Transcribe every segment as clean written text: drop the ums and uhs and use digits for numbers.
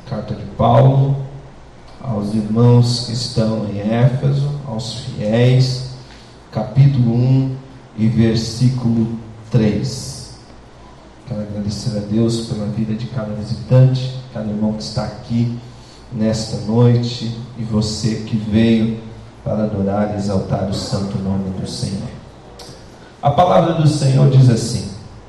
Carta de Paulo aos irmãos que estão em Éfeso, aos fiéis, capítulo 1 e versículo 3. Quero agradecer a Deus pela vida de cada visitante, cada irmão que está aqui nesta noite e você que veio para adorar e exaltar o santo nome do Senhor. A palavra do Senhor diz assim: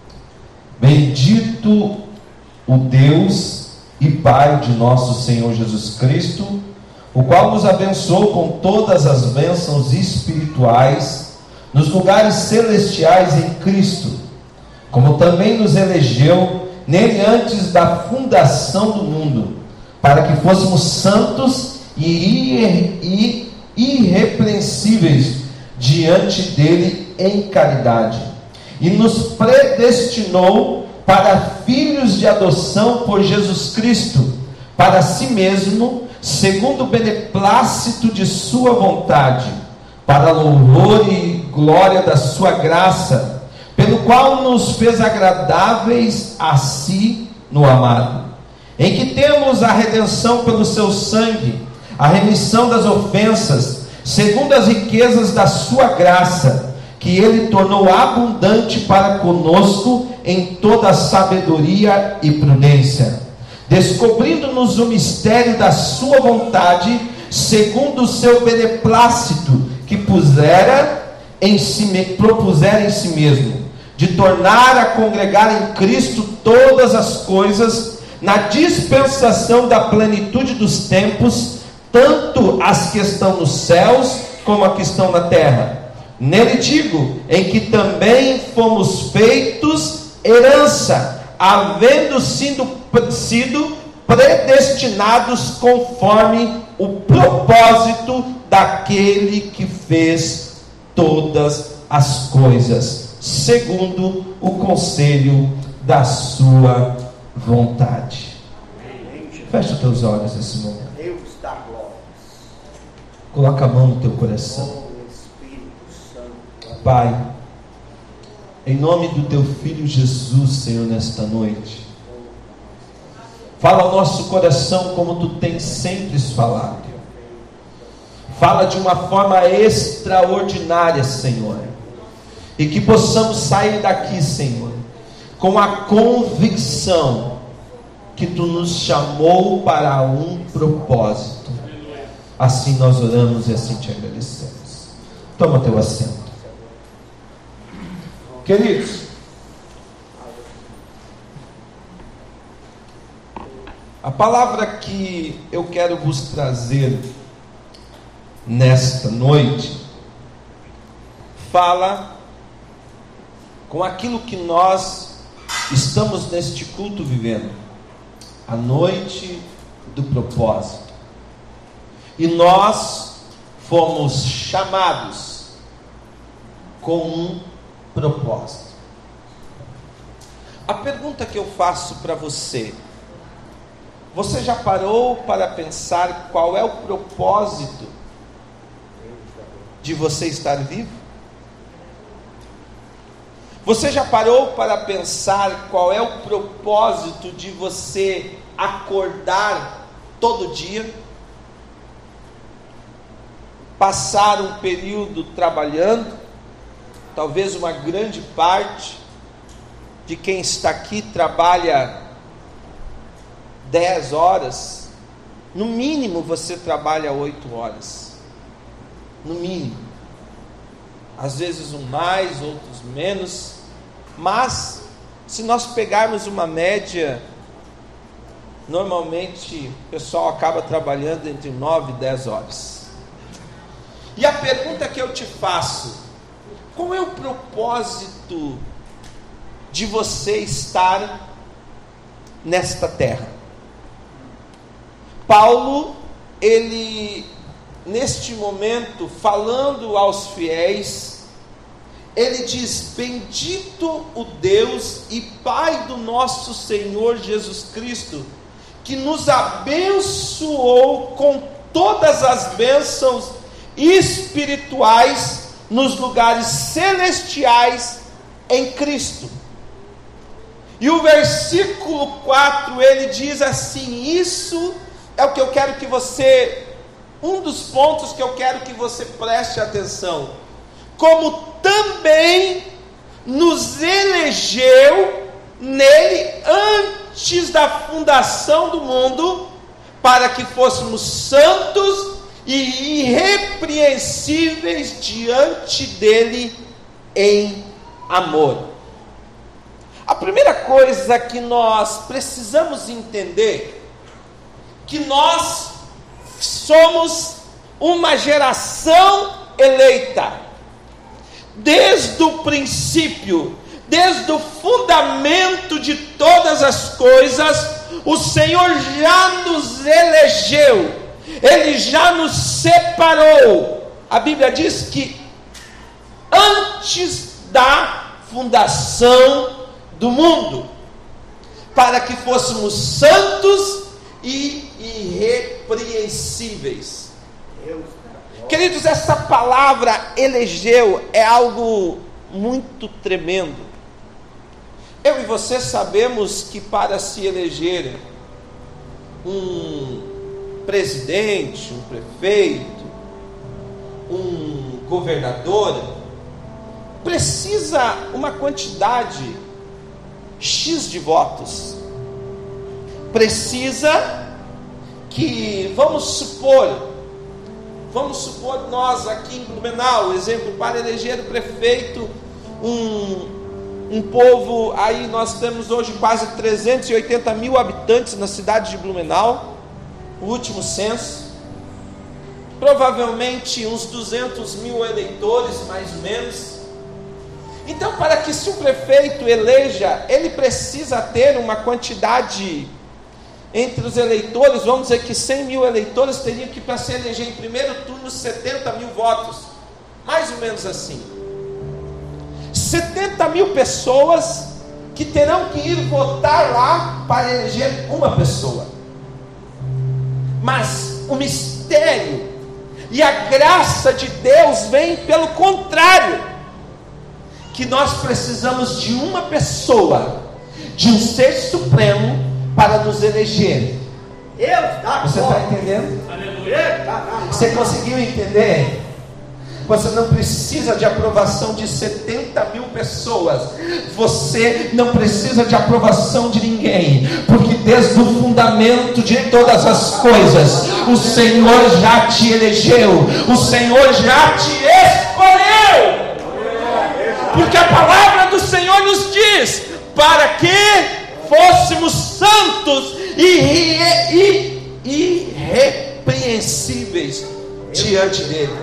bendito o Deus e Pai de nosso Senhor Jesus Cristo, o qual nos abençoou com todas as bênçãos espirituais nos lugares celestiais em Cristo, como também nos elegeu nele antes da fundação do mundo, para que fôssemos santos e irrepreensíveis diante dele em caridade, e nos predestinou para filhos de adoção por Jesus Cristo, para si mesmo, segundo o beneplácito de sua vontade, para louvor e glória da sua graça, pelo qual nos fez agradáveis a si no amado, em que temos a redenção pelo seu sangue, a remissão das ofensas, segundo as riquezas da sua graça, que ele tornou abundante para conosco em toda sabedoria e prudência, descobrindo-nos o mistério da sua vontade, segundo o seu beneplácito, que propusera em si mesmo, de tornar a congregar em Cristo todas as coisas, na dispensação da plenitude dos tempos, tanto as que estão nos céus, como as que estão na terra. Nele digo, em que também fomos feitos herança, havendo sido predestinados conforme o propósito daquele que fez todas as coisas, segundo o conselho da sua vontade. Fecha os teus olhos nesse momento. Deus da glória. Coloca a mão no teu coração. Pai, em nome do teu Filho Jesus, Senhor, nesta noite, fala ao nosso coração como tu tens sempre falado. Fala de uma forma extraordinária, Senhor, e que possamos sair daqui, Senhor, com a convicção que tu nos chamou para um propósito. Assim nós oramos e assim te agradecemos. Toma teu assento. Queridos, a palavra que eu quero vos trazer nesta noite fala com aquilo que nós estamos neste culto vivendo, a noite do propósito. E nós fomos chamados com um propósito. A pergunta que eu faço para você: você já parou para pensar qual é o propósito de você estar vivo? Você já parou para pensar qual é o propósito de você acordar todo dia? Passar um período trabalhando? Talvez uma grande parte de quem está aqui trabalha 10 horas. No mínimo você trabalha 8 horas. No mínimo. Às vezes um mais, outros menos. Mas, se nós pegarmos uma média, normalmente o pessoal acaba trabalhando entre 9 e 10 horas. E a pergunta que eu te faço: qual é o propósito de você estar nesta terra? Paulo, ele, neste momento, falando aos fiéis, ele diz: bendito o Deus e Pai do nosso Senhor Jesus Cristo, que nos abençoou com todas as bênçãos espirituais nos lugares celestiais em Cristo. E o versículo 4, ele diz assim: isso é o que eu quero que você, um dos pontos que eu quero que você preste atenção. Como também nos elegeu nele antes da fundação do mundo, para que fôssemos santos e irrepreensíveis diante dele em amor. A primeira coisa que nós precisamos entender, que nós somos uma geração eleita. Desde o princípio, desde o fundamento de todas as coisas, o Senhor já nos elegeu, Ele já nos separou. A Bíblia diz que antes da fundação do mundo, para que fôssemos santos e irrepreensíveis. Queridos, essa palavra elegeu é algo muito tremendo. Eu e você sabemos que para se eleger um presidente, um prefeito, um governador, precisa uma quantidade X de votos. Precisa que, vamos supor nós aqui em Blumenau, exemplo, para eleger o prefeito, um povo, aí nós temos hoje quase 380 mil habitantes na cidade de Blumenau, o último censo, provavelmente uns 200 mil eleitores, mais ou menos. Então, para que se o prefeito eleja, ele precisa ter uma quantidade, entre os eleitores, vamos dizer que 100 mil eleitores teriam que, para se eleger em primeiro turno, 70 mil votos, mais ou menos assim. 70 mil pessoas que terão que ir votar lá para eleger uma pessoa. Mas o mistério e a graça de Deus vem pelo contrário, que nós precisamos de uma pessoa, de um ser supremo, para nos eleger. Você está entendendo? Você conseguiu entender? Você não precisa de aprovação de 70 mil pessoas. Você não precisa de aprovação de ninguém, porque desde o fundamento de todas as coisas, o Senhor já te elegeu, o Senhor já te escolheu. Porque a palavra do Senhor nos diz: para que fôssemos santos e irrepreensíveis diante dele.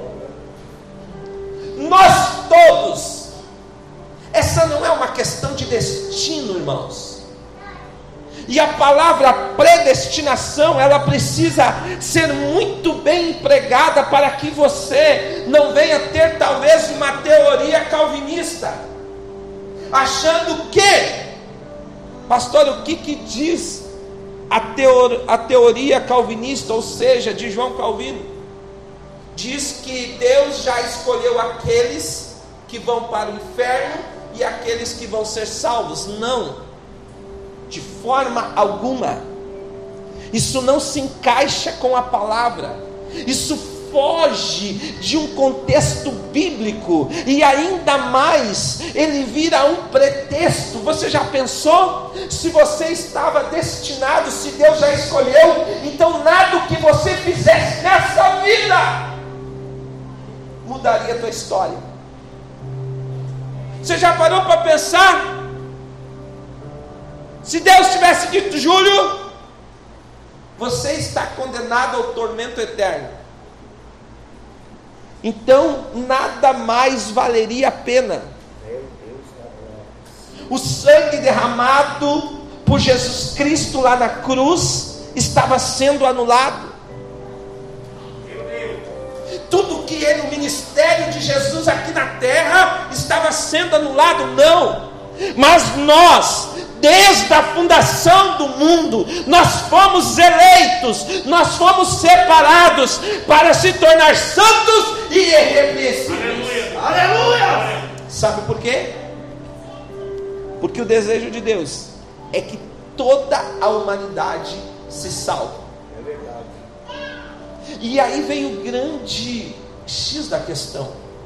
Nós todos, essa não é uma questão de destino, irmãos. E a palavra predestinação, ela precisa ser muito bem empregada para que você não venha ter talvez uma teoria calvinista, achando que, pastor, o que diz a teoria calvinista, ou seja, de João Calvino? Diz que Deus já escolheu aqueles que vão para o inferno e aqueles que vão ser salvos. Não, de forma alguma. Isso não se encaixa com a palavra. Isso foge de um contexto bíblico, e ainda mais, ele vira um pretexto. Você já pensou? Se você estava destinado, se Deus já escolheu, então nada o que você fizesse nessa vida mudaria a tua história. Você já parou para pensar? Se Deus tivesse dito: Júlio, você está condenado ao tormento eterno, então nada mais valeria a pena. O sangue derramado por Jesus Cristo lá na cruz estava sendo anulado. Tudo que o ministério de Jesus aqui na terra estava sendo anulado, não. Mas nós, desde a fundação do mundo, nós fomos eleitos, nós fomos separados para se tornar santos e irrepreensíveis. Aleluia! Sabe por quê? Porque o desejo de Deus é que toda a humanidade se salve. É verdade. E aí vem o grande X da questão.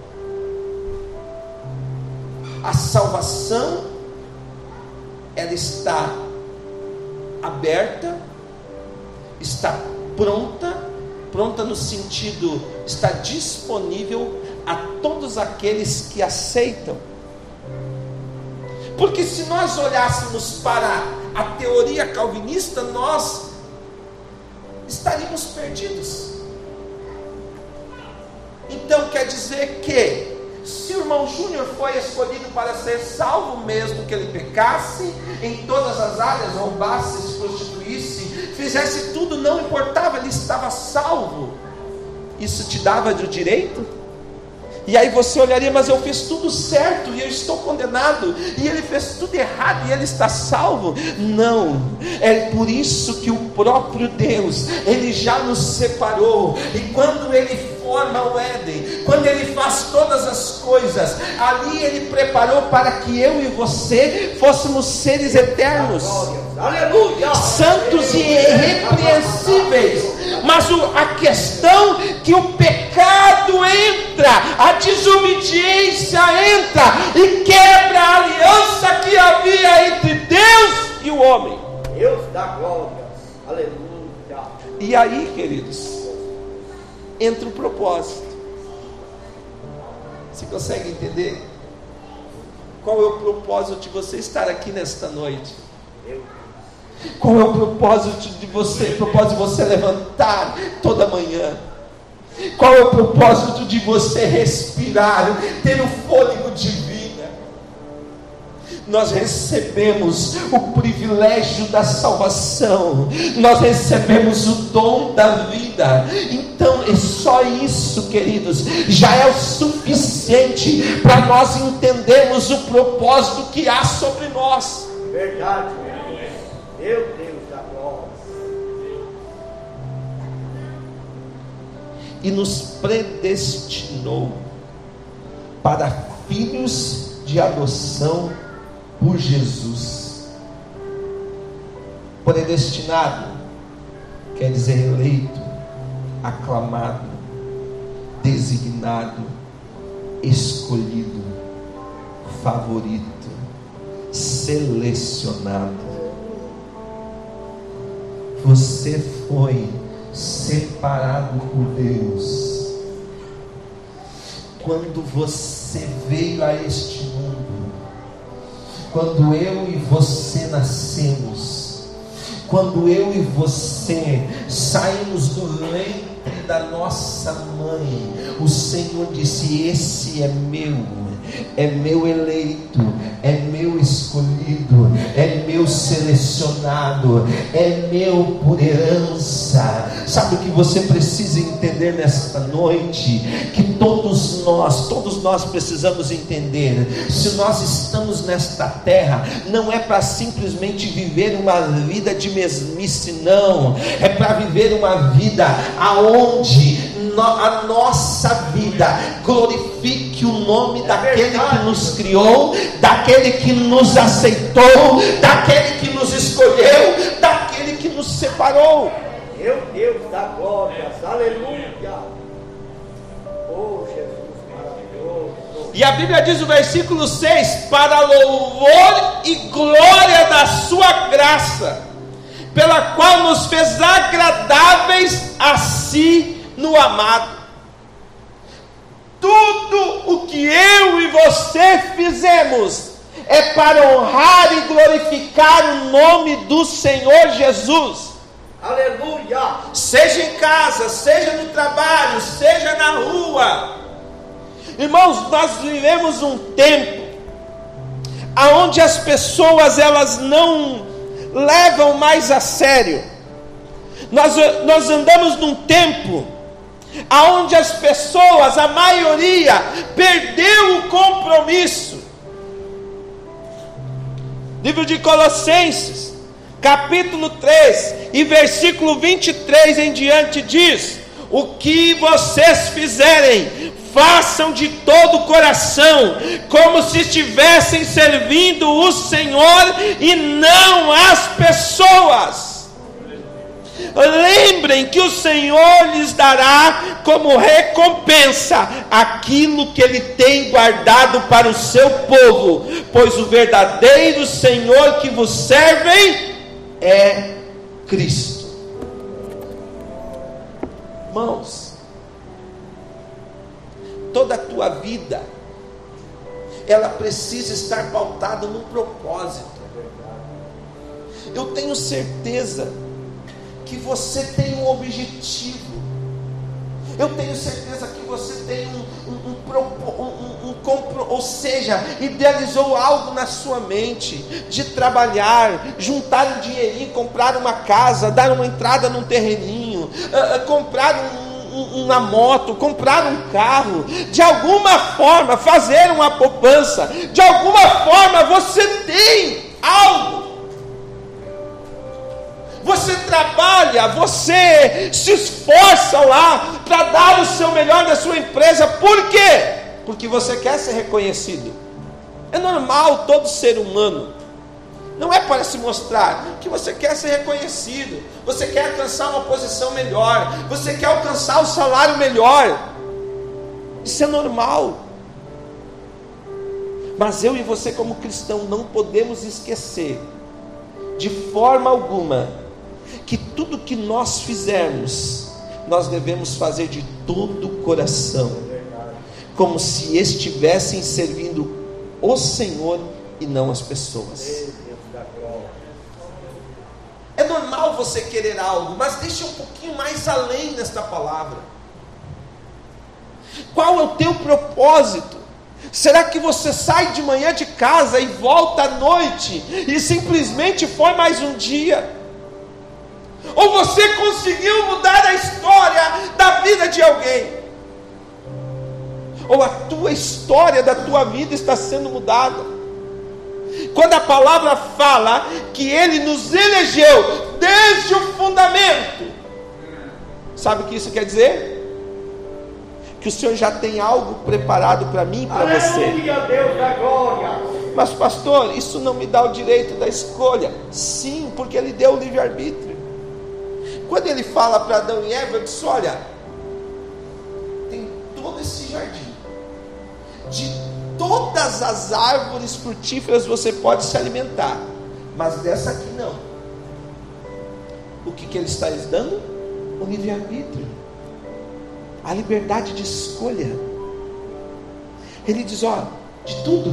A salvação, ela está aberta, está pronta no sentido, está disponível a todos aqueles que aceitam. Porque se nós olhássemos para a teoria calvinista, nós estaríamos perdidos. Então quer dizer que se o irmão Júnior foi escolhido para ser salvo, mesmo que ele pecasse em todas as áreas, roubasse, se prostituísse, fizesse tudo, não importava, ele estava salvo. Isso te dava de direito? E aí você olharia, mas eu fiz tudo certo e eu estou condenado, e ele fez tudo errado e ele está salvo? Não, é por isso que o próprio Deus, ele já nos separou, e quando ele forma o Éden, quando ele faz todas as coisas, ali ele preparou para que eu e você fôssemos seres eternos, Aleluia, santos e irrepreensíveis. Mas a questão que o pecado entra, a desobediência entra e quebra a aliança que havia entre Deus e o homem. Deus dá glórias, aleluia. E aí, queridos, entra o propósito. Você consegue entender? Qual é o propósito de você estar aqui nesta noite? Qual é o propósito de você levantar toda manhã? Qual é o propósito de você respirar, ter o fôlego de vida? Nós recebemos o privilégio da salvação, nós recebemos o dom da vida. Então é só isso, queridos, já é o suficiente para nós entendermos o propósito que há sobre nós. Verdade, meu Deus da glória. E nos predestinou para filhos de adoção por Jesus. Predestinado quer dizer eleito, aclamado, designado, escolhido, favorito, selecionado. Você foi separado por Deus. Quando você veio a este mundo, quando eu e você nascemos, quando eu e você saímos do ventre da nossa mãe, o Senhor disse: esse é meu eleito, é meu escolhido, é meu selecionado, é meu por herança. Sabe o que você precisa entender nesta noite? Que todos nós precisamos entender. Se nós estamos nesta terra, não é para simplesmente viver uma vida de mesmice, não. É para viver uma vida aonde a nossa vida glorifique o nome daquele que nos criou, daquele que nos aceitou, daquele que nos escolheu, daquele que nos separou. Meu Deus da glória, aleluia. Oh Jesus maravilhoso. E a Bíblia diz no versículo 6: para louvor e glória da sua graça, pela qual nos fez agradáveis a si no amado. Tudo o que eu e você fizemos é para honrar e glorificar o nome do Senhor Jesus. Aleluia. Seja em casa, seja no trabalho, seja na rua. Irmãos, nós vivemos um tempo aonde as pessoas elas não levam mais a sério. Nós andamos num tempo aonde as pessoas, a maioria, perdeu o compromisso. Livro de Colossenses, capítulo 3 e versículo 23 em diante diz: o que vocês fizerem, façam de todo o coração, como se estivessem servindo o Senhor e não as pessoas. Lembrem que o Senhor lhes dará como recompensa aquilo que Ele tem guardado para o seu povo, pois o verdadeiro Senhor que vos servem é Cristo. Irmãos, toda a tua vida, ela precisa estar pautada num propósito. Eu tenho certeza que você tem um objetivo. Eu tenho certeza que você tem ou seja, idealizou algo na sua mente, de trabalhar, juntar um dinheirinho, comprar uma casa, dar uma entrada num terreninho, comprar uma moto, comprar um carro, de alguma forma fazer uma poupança, de alguma forma você tem algo. Você trabalha, você se esforça lá para dar o seu melhor na sua empresa. Por quê? Porque você quer ser reconhecido. É normal, todo ser humano. Não é para se mostrar que você quer ser reconhecido. Você quer alcançar uma posição melhor. Você quer alcançar o salário melhor. Isso é normal. Mas eu e você como cristão não podemos esquecer de forma alguma que tudo que nós fizermos, nós devemos fazer de todo o coração, como se estivessem servindo o Senhor e não as pessoas. É normal você querer algo, mas deixa um pouquinho mais além nesta palavra. Qual é o teu propósito? Será que você sai de manhã de casa e volta à noite e simplesmente foi mais um dia? Ou você conseguiu mudar a história da vida de alguém? Ou a tua história da tua vida está sendo mudada? Quando a palavra fala que Ele nos elegeu desde o fundamento, sabe o que isso quer dizer? Que o Senhor já tem algo preparado para mim e para você. Aleluia, Deus da glória. Mas pastor, isso não me dá o direito da escolha. Sim, porque Ele deu o livre-arbítrio. Quando Ele fala para Adão e Eva, Ele disse: olha, tem todo esse jardim, de todas as árvores frutíferas você pode se alimentar, mas dessa aqui não. O que Ele está lhes dando? O livre-arbítrio, a liberdade de escolha. Ele diz: ó, de tudo,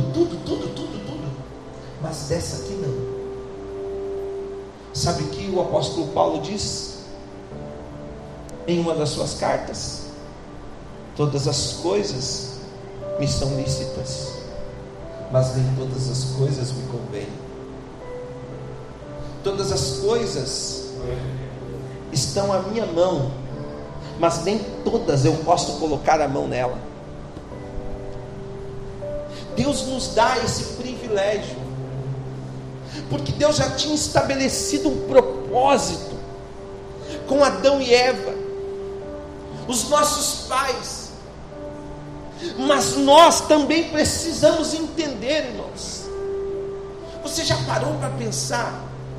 mas dessa aqui não. Sabe o que o apóstolo Paulo diz em uma das suas cartas? Todas as coisas me são lícitas, mas nem todas as coisas me convêm. Todas as coisas estão à minha mão, mas nem todas eu posso colocar a mão nela. Deus nos dá esse privilégio, porque Deus já tinha estabelecido um propósito com Adão e Eva, os nossos pais. Mas nós também precisamos entender, irmãos. Você já parou para pensar?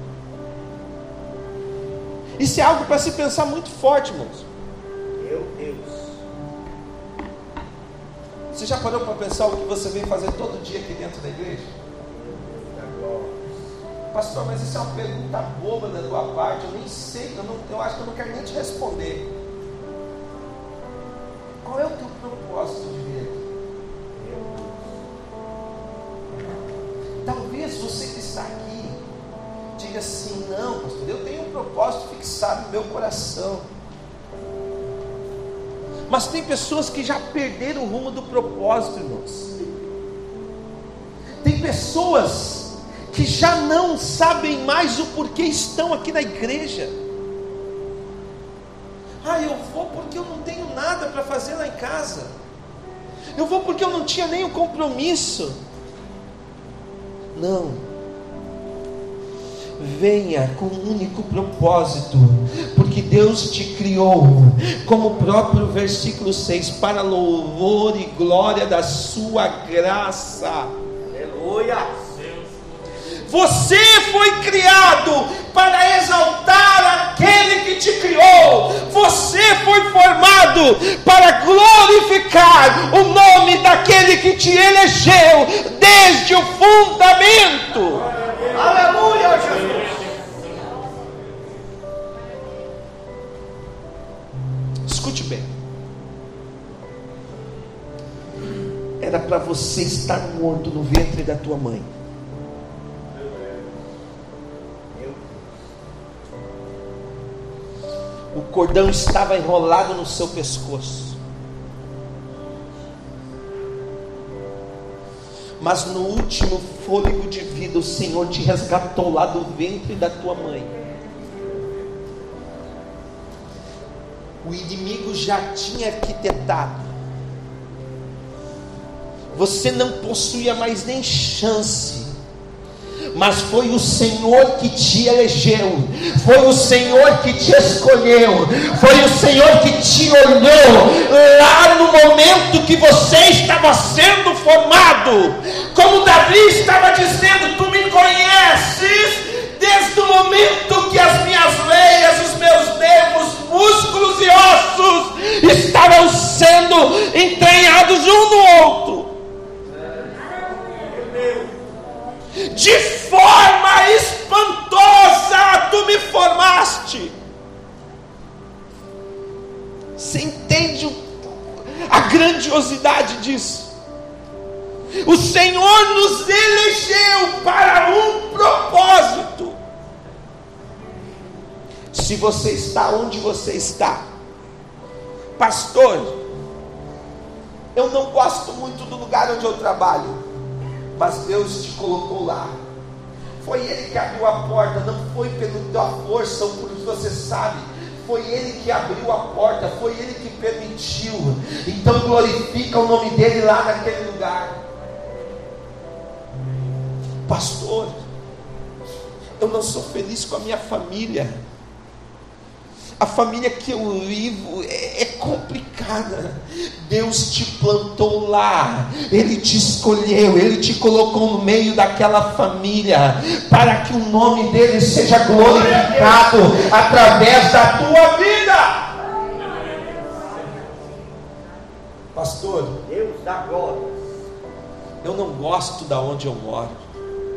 Isso é algo para se pensar muito forte, irmãos. Meu Deus. Você já parou para pensar o que você vem fazer todo dia aqui dentro da igreja? Pastor, mas isso é uma pergunta boba da tua parte. Eu nem sei, eu acho que eu não quero nem te responder. Qual é o teu propósito de vida? Talvez você que está aqui diga assim: não, pastor, eu tenho um propósito fixado no meu coração. Mas tem pessoas que já perderam o rumo do propósito, irmãos. Tem pessoas que já não sabem mais o porquê estão aqui na igreja. Eu vou porque eu não tenho nada para fazer lá em casa. Eu vou porque eu não tinha nenhum compromisso. Não. Venha com um único propósito, porque Deus te criou, como o próprio versículo 6, para louvor e glória da sua graça. Aleluia. Você foi criado para exaltar aquele que te criou. Você foi formado para glorificar o nome daquele que te elegeu desde o fundamento. Aleluia, Jesus. Escute bem. Era para você estar morto no ventre da tua mãe. O cordão estava enrolado no seu pescoço. Mas no último fôlego de vida, o Senhor te resgatou lá do ventre da tua mãe. O inimigo já tinha arquitetado. Você não possuía mais nem chance. Mas foi o Senhor que te elegeu, foi o Senhor que te escolheu, foi o Senhor que te olhou lá no momento que você estava sendo formado. Como Davi estava dizendo: tu me conheces desde o momento que as minhas veias, os meus nervos, músculos e ossos estavam sendo entranhados um no outro. De forma espantosa tu me formaste. Você entende a grandiosidade disso? O Senhor nos elegeu para um propósito. Se você está onde você está, pastor, eu não gosto muito do lugar onde eu trabalho, mas Deus te colocou lá. Foi Ele que abriu a porta, não foi pela tua força ou por que você sabe. Foi Ele que abriu a porta, foi Ele que permitiu. Então glorifica o nome dEle lá naquele lugar. Pastor, eu não sou feliz com a minha família. A família que eu vivo é complicada. Deus te plantou lá, Ele te escolheu, Ele te colocou no meio daquela família, para que o nome dEle seja glorificado através da tua vida. Pastor, Deus dá glória. eu não gosto da onde eu moro.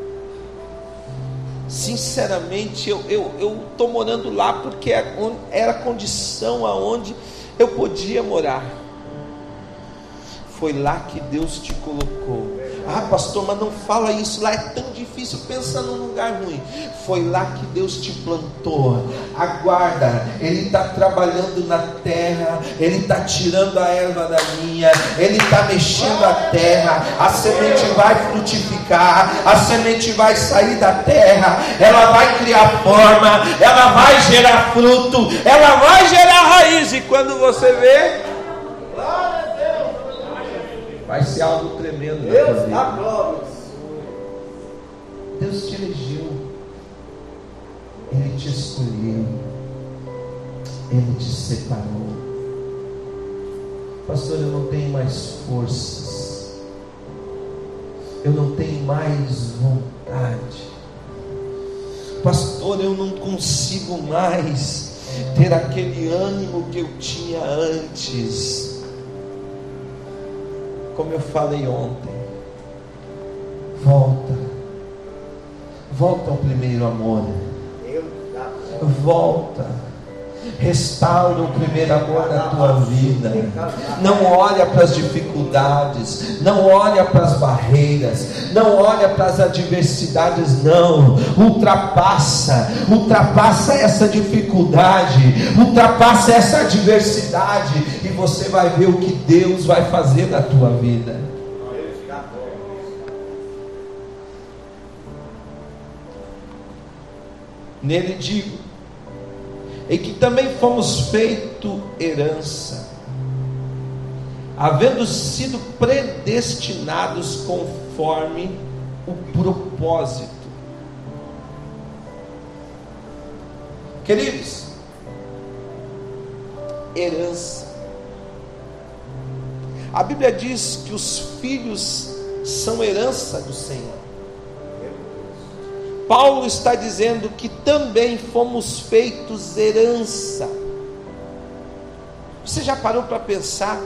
Sinceramente, eu estou morando lá porque era a condição aonde eu podia morar. Foi lá que Deus te colocou. Ah, pastor, mas não fala isso, lá é tão difícil, pensa num lugar ruim. Foi lá que Deus te plantou. Aguarda, Ele está trabalhando na terra, Ele está tirando a erva daninha, Ele está mexendo a terra, a semente vai frutificar, a semente vai sair da terra, ela vai criar forma, ela vai gerar fruto, ela vai gerar raiz, e quando você vê, vai ser algo tremendo. Deus dá glória. Deus te elegeu, Ele te escolheu, Ele te separou. Pastor, eu não tenho mais forças, eu não tenho mais vontade. Pastor, eu não consigo mais ter aquele ânimo que eu tinha antes. Como eu falei ontem, volta ao primeiro amor, volta, restaura o primeiro amor da tua vida. Não olha para as dificuldades, não olha para as barreiras, não olha para as adversidades, não. Ultrapassa essa dificuldade, ultrapassa essa adversidade, e você vai ver o que Deus vai fazer na tua vida. Nele digo, em que também fomos feito herança, havendo sido predestinados conforme o propósito. Queridos, herança. A Bíblia diz que os filhos são herança do Senhor. Paulo está dizendo que também fomos feitos herança. Você já parou para pensar?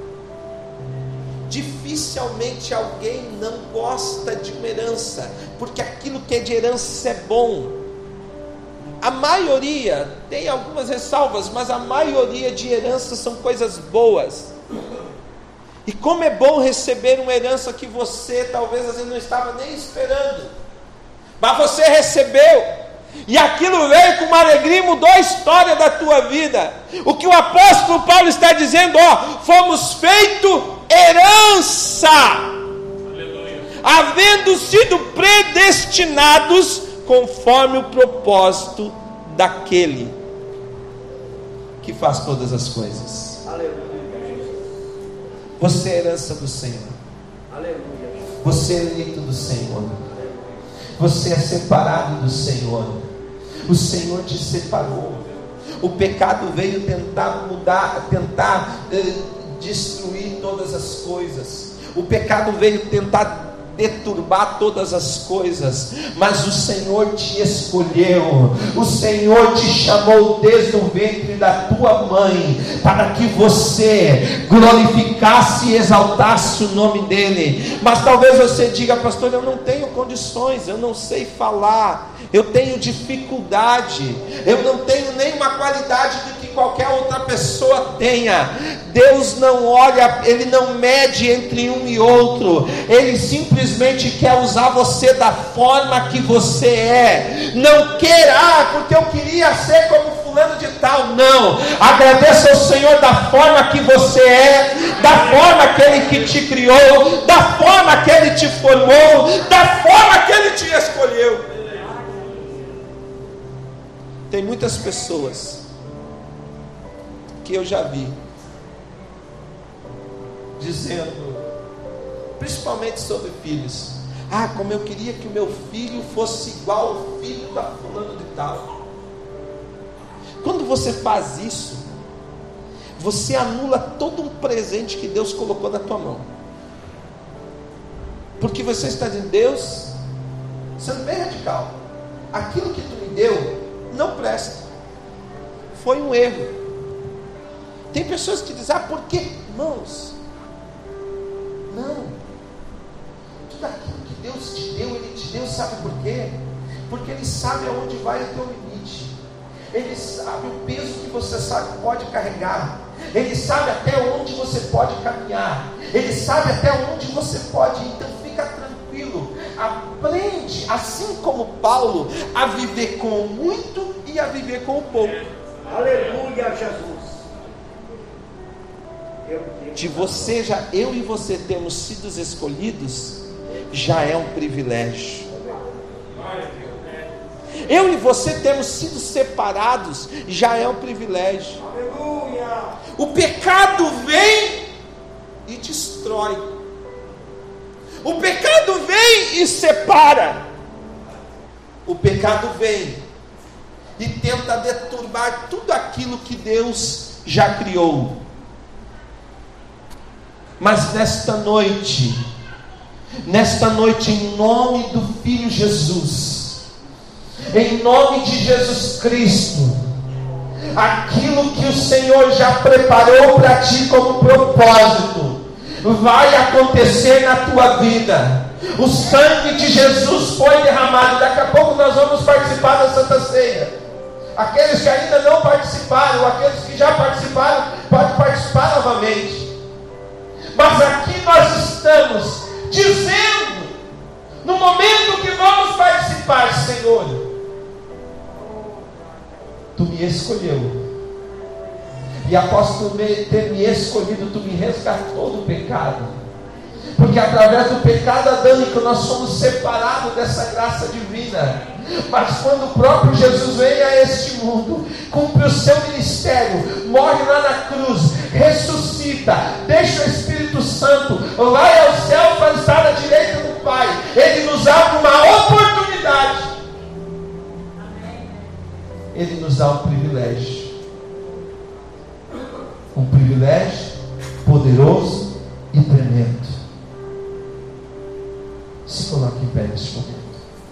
Dificilmente alguém não gosta de uma herança, porque aquilo que é de herança é bom. A maioria, tem algumas ressalvas, mas a maioria de heranças são coisas boas. E como é bom receber uma herança que você talvez às vezes não estava nem esperando, mas você recebeu, e aquilo veio com uma alegria e mudou a história da tua vida. O que o apóstolo Paulo está dizendo, fomos feitos herança, aleluia, havendo sido predestinados conforme o propósito daquele que faz todas as coisas. Aleluia. Você é herança do Senhor. Aleluia. Você é eleito do Senhor. Você é separado do Senhor. O Senhor te separou. O pecado veio tentar mudar, destruir todas as coisas. O pecado veio tentar deturbar todas as coisas, mas o Senhor te escolheu, o Senhor te chamou desde o ventre da tua mãe, para que você glorificasse e exaltasse o nome dele. Mas talvez você diga, pastor, eu não tenho condições, eu não sei falar, eu tenho dificuldade, eu não tenho nenhuma qualidade do que qualquer outra pessoa tenha. Deus não olha, Ele não mede entre um e outro, Ele simplesmente quer usar você da forma que você é. Não queira, porque eu queria ser como fulano de tal. Não, agradeça ao Senhor da forma que você é, da forma que Ele que te criou, da forma que Ele te formou, da forma que Ele te escolheu. Tem muitas pessoas que eu já vi dizendo, principalmente sobre filhos, como eu queria que o meu filho fosse igual ao filho da fulano de tal. Quando você faz isso, você anula todo um presente que Deus colocou na tua mão, porque você está dizendo, Deus, sendo bem radical, aquilo que tu me deu não presta, foi um erro. Tem pessoas que dizem, por quê? Irmãos, não, tudo aquilo que Deus te deu, Ele te deu, sabe por quê? Porque Ele sabe aonde vai o teu limite, Ele sabe o peso que você sabe pode carregar, Ele sabe até onde você pode caminhar, Ele sabe até onde você pode, então fica tranquilo, aprende, assim como Paulo, a viver com o muito e a viver com o pouco. Aleluia, Jesus. Eu e você termos sido escolhidos, já é um privilégio. Eu e você termos sido separados, já é um privilégio. Aleluia. O pecado vem e destrói. O pecado vem e separa. O pecado vem e tenta deturbar tudo aquilo que Deus já criou. Mas nesta noite, em nome do Filho Jesus, em nome de Jesus Cristo, aquilo que o Senhor já preparou para ti como propósito, vai acontecer na tua vida. O sangue de Jesus foi derramado. Daqui a pouco nós vamos participar da Santa Ceia. Aqueles que ainda não participaram, aqueles que já participaram, podem participar novamente. Mas aqui nós estamos dizendo, no momento que vamos participar, Senhor, Tu me escolheu, e após Tu ter me escolhido, Tu me resgatou do pecado, porque através do pecado adâmico nós somos separados dessa graça divina. Mas quando o próprio Jesus vem a este mundo, cumpre o seu ministério, morre lá na cruz, ressuscita, deixa o Espírito Santo, vai ao céu para estar à direita do Pai, Ele nos abre uma oportunidade, Ele nos dá um privilégio. um privilégio poderoso e tremendo. Se coloque em pé neste momento.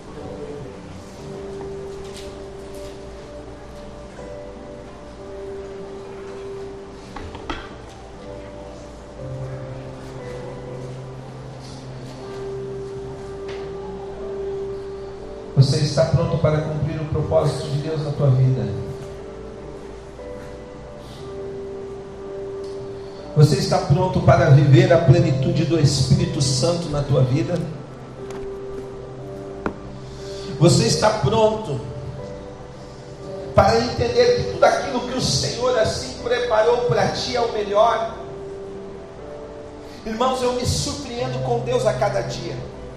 Você está pronto para cumprir o propósito de Deus na tua vida? Você está pronto para viver a plenitude do Espírito Santo na tua vida? Você está pronto para entender que tudo aquilo que o Senhor assim preparou para ti é o melhor? Irmãos, eu me surpreendo com Deus a cada dia.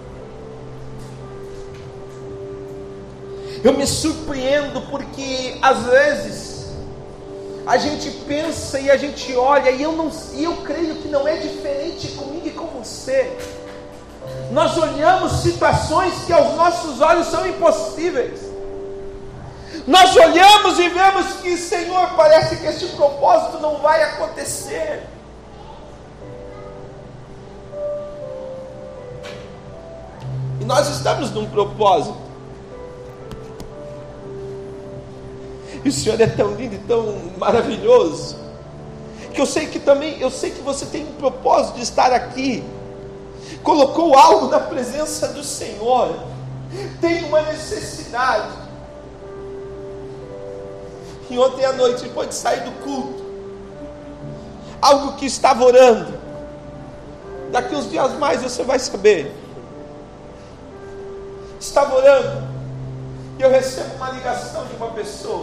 Eu me surpreendo porque às vezes a gente pensa e a gente olha, e eu creio que não é diferente comigo e com você. Nós olhamos situações que aos nossos olhos são impossíveis. Nós olhamos e vemos que, Senhor, parece que este propósito não vai acontecer. E nós estamos num propósito. E o Senhor é tão lindo e tão maravilhoso, que eu sei que você tem um propósito de estar aqui, colocou algo na presença do Senhor, tem uma necessidade. E ontem à noite, depois de sair do culto, algo que estava orando, daqui uns dias mais você vai saber, estava orando, e eu recebo uma ligação de uma pessoa.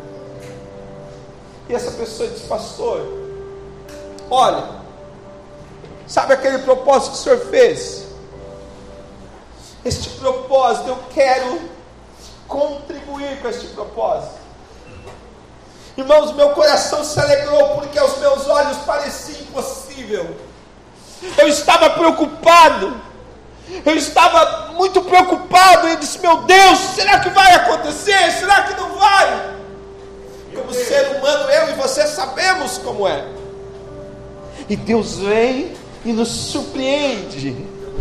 E essa pessoa diz: pastor, olha, sabe aquele propósito que o senhor fez? Este propósito, eu quero contribuir com este propósito. Irmãos, meu coração se alegrou, porque aos meus olhos parecia impossível. Eu estava preocupado, eu estava muito preocupado. Eu disse: meu Deus, será que vai acontecer? Será que não vai? Como ser humano, eu e você sabemos como é. E Deus vem e nos surpreende.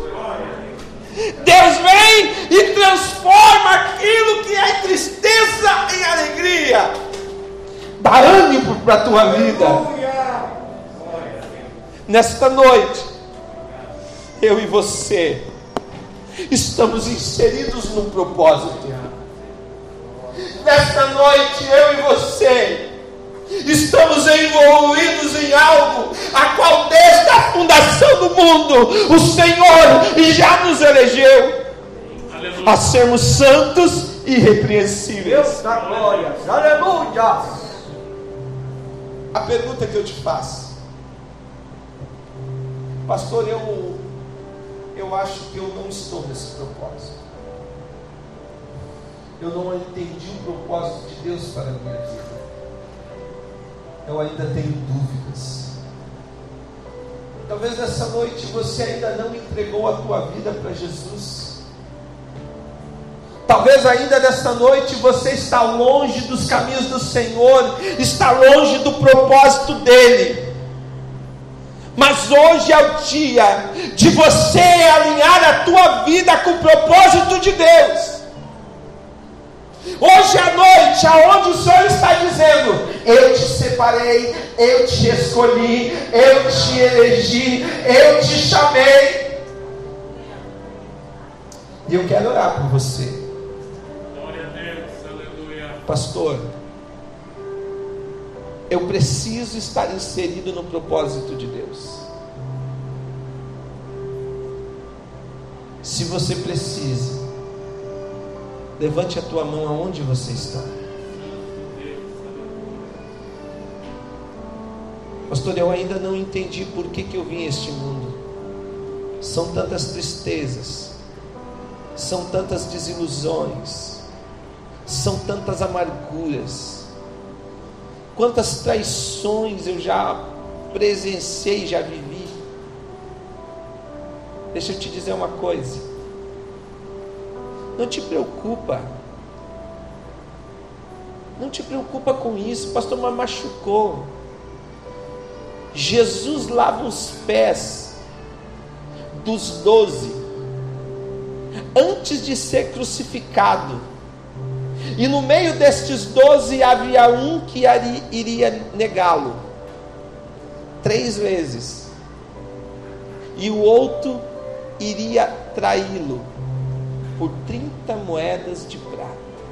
Deus vem e transforma aquilo que é tristeza em alegria. Dá ânimo para a tua vida. Nesta noite, eu e você estamos inseridos num propósito. Nesta noite, eu e você estamos envolvidos em algo a qual desde a fundação do mundo o Senhor já nos elegeu. Aleluia. A sermos santos e irrepreensíveis. Deus da glória. Aleluia. A pergunta que eu te faço: pastor, eu acho que eu não estou nesse propósito. Eu não entendi o propósito de Deus para a minha vida. Eu ainda tenho dúvidas. Talvez nessa noite você ainda não entregou a tua vida para Jesus. Talvez ainda nessa noite você está longe dos caminhos do Senhor, está longe do propósito dEle. Mas hoje é o dia de você alinhar a tua vida com o propósito de Deus. Hoje à noite, aonde o Senhor está dizendo: eu te separei, eu te escolhi, eu te elegi, eu te chamei. E eu quero orar por você. Glória a Deus, aleluia. Pastor, eu preciso estar inserido no propósito de Deus. Se você precisa, levante a tua mão aonde você está. Pastor, eu ainda não entendi por que eu vim a este mundo. São tantas tristezas, são tantas desilusões, são tantas amarguras, quantas traições eu já presenciei, já vivi. Deixa eu te dizer uma coisa: não te preocupa. Não te preocupa com isso. Pastor, mas machucou. Jesus lava os pés dos 12 antes de ser crucificado, e no meio destes 12 havia um que iria negá-lo 3 vezes, e o outro iria traí-lo por 30 moedas de prata.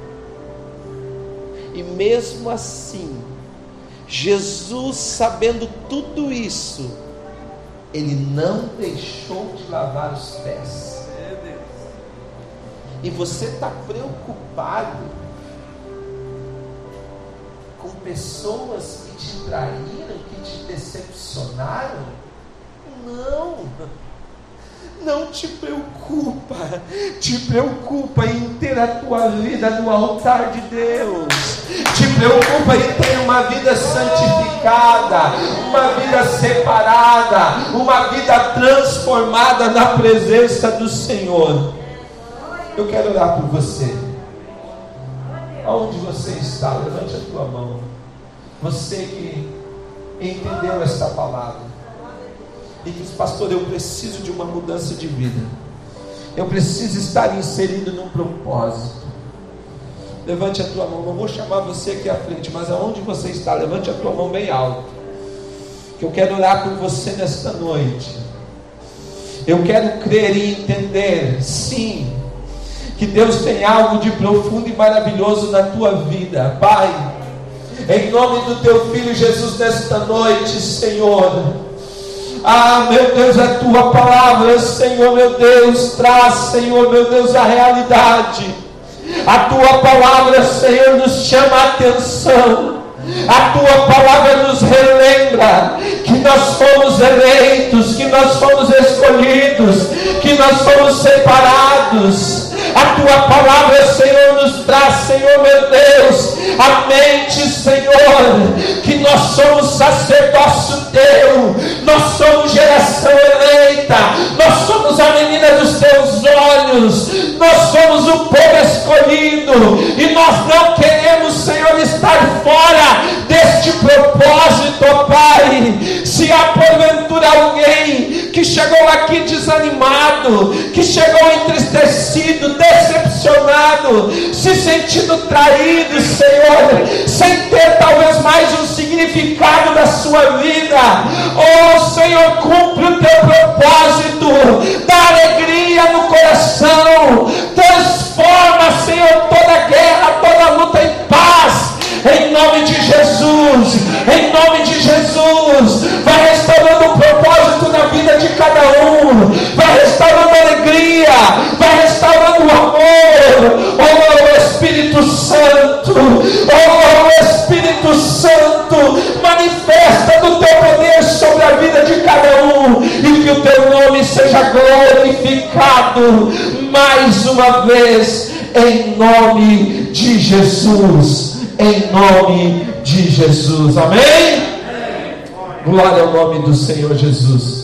E mesmo assim, Jesus, sabendo tudo isso, ele não deixou de lavar os pés. E você está preocupado com pessoas que te traíram, que te decepcionaram? Não te preocupa. Te preocupa em ter a tua vida no altar de Deus. Te preocupa em ter uma vida santificada, uma vida separada, uma vida transformada na presença do Senhor. Eu quero orar por você. Aonde você está, levante a tua mão. Você que entendeu esta palavra e diz: pastor, eu preciso de uma mudança de vida, eu preciso estar inserido num propósito. Levante a tua mão. Não vou chamar você aqui à frente, mas aonde você está, levante a tua mão bem alto, que eu quero orar por você nesta noite. Eu quero crer e entender, sim, que Deus tem algo de profundo e maravilhoso na tua vida. Pai, em nome do teu Filho Jesus, nesta noite, Senhor, meu Deus, a tua palavra, Senhor, meu Deus, traz, Senhor, meu Deus, a realidade. A tua palavra, Senhor, nos chama a atenção. A tua palavra nos relembra que nós fomos eleitos, que nós fomos escolhidos, que nós fomos separados. A tua palavra, Senhor, nos traz, Senhor, meu Deus, a mente, Senhor, que nós somos sacerdócio teu, nós somos geração eleita, nós somos a menina dos teus olhos, nós somos o povo escolhido, e nós não queremos, Senhor, estar fora deste propósito, ó Pai. Se há porventura alguém que chegou aqui desanimado, que chegou entristecido, decepcionado, se sentindo traído, Senhor, sem ter talvez mais um significado da sua vida, Senhor, cumpre o teu propósito, dá alegria no coração, transforma, Senhor, toda guerra, toda luta em paz, em nome de Jesus, em nome de Jesus. Vai restaurando o propósito na vida de cada um, vai restaurando a alegria, vai restaurando o amor. Espírito Santo, Espírito Santo, manifesta do teu poder sobre a vida de cada um, e que o teu nome seja glorificado mais uma vez, em nome de Jesus, em nome de Jesus, amém? Glória ao nome do Senhor Jesus.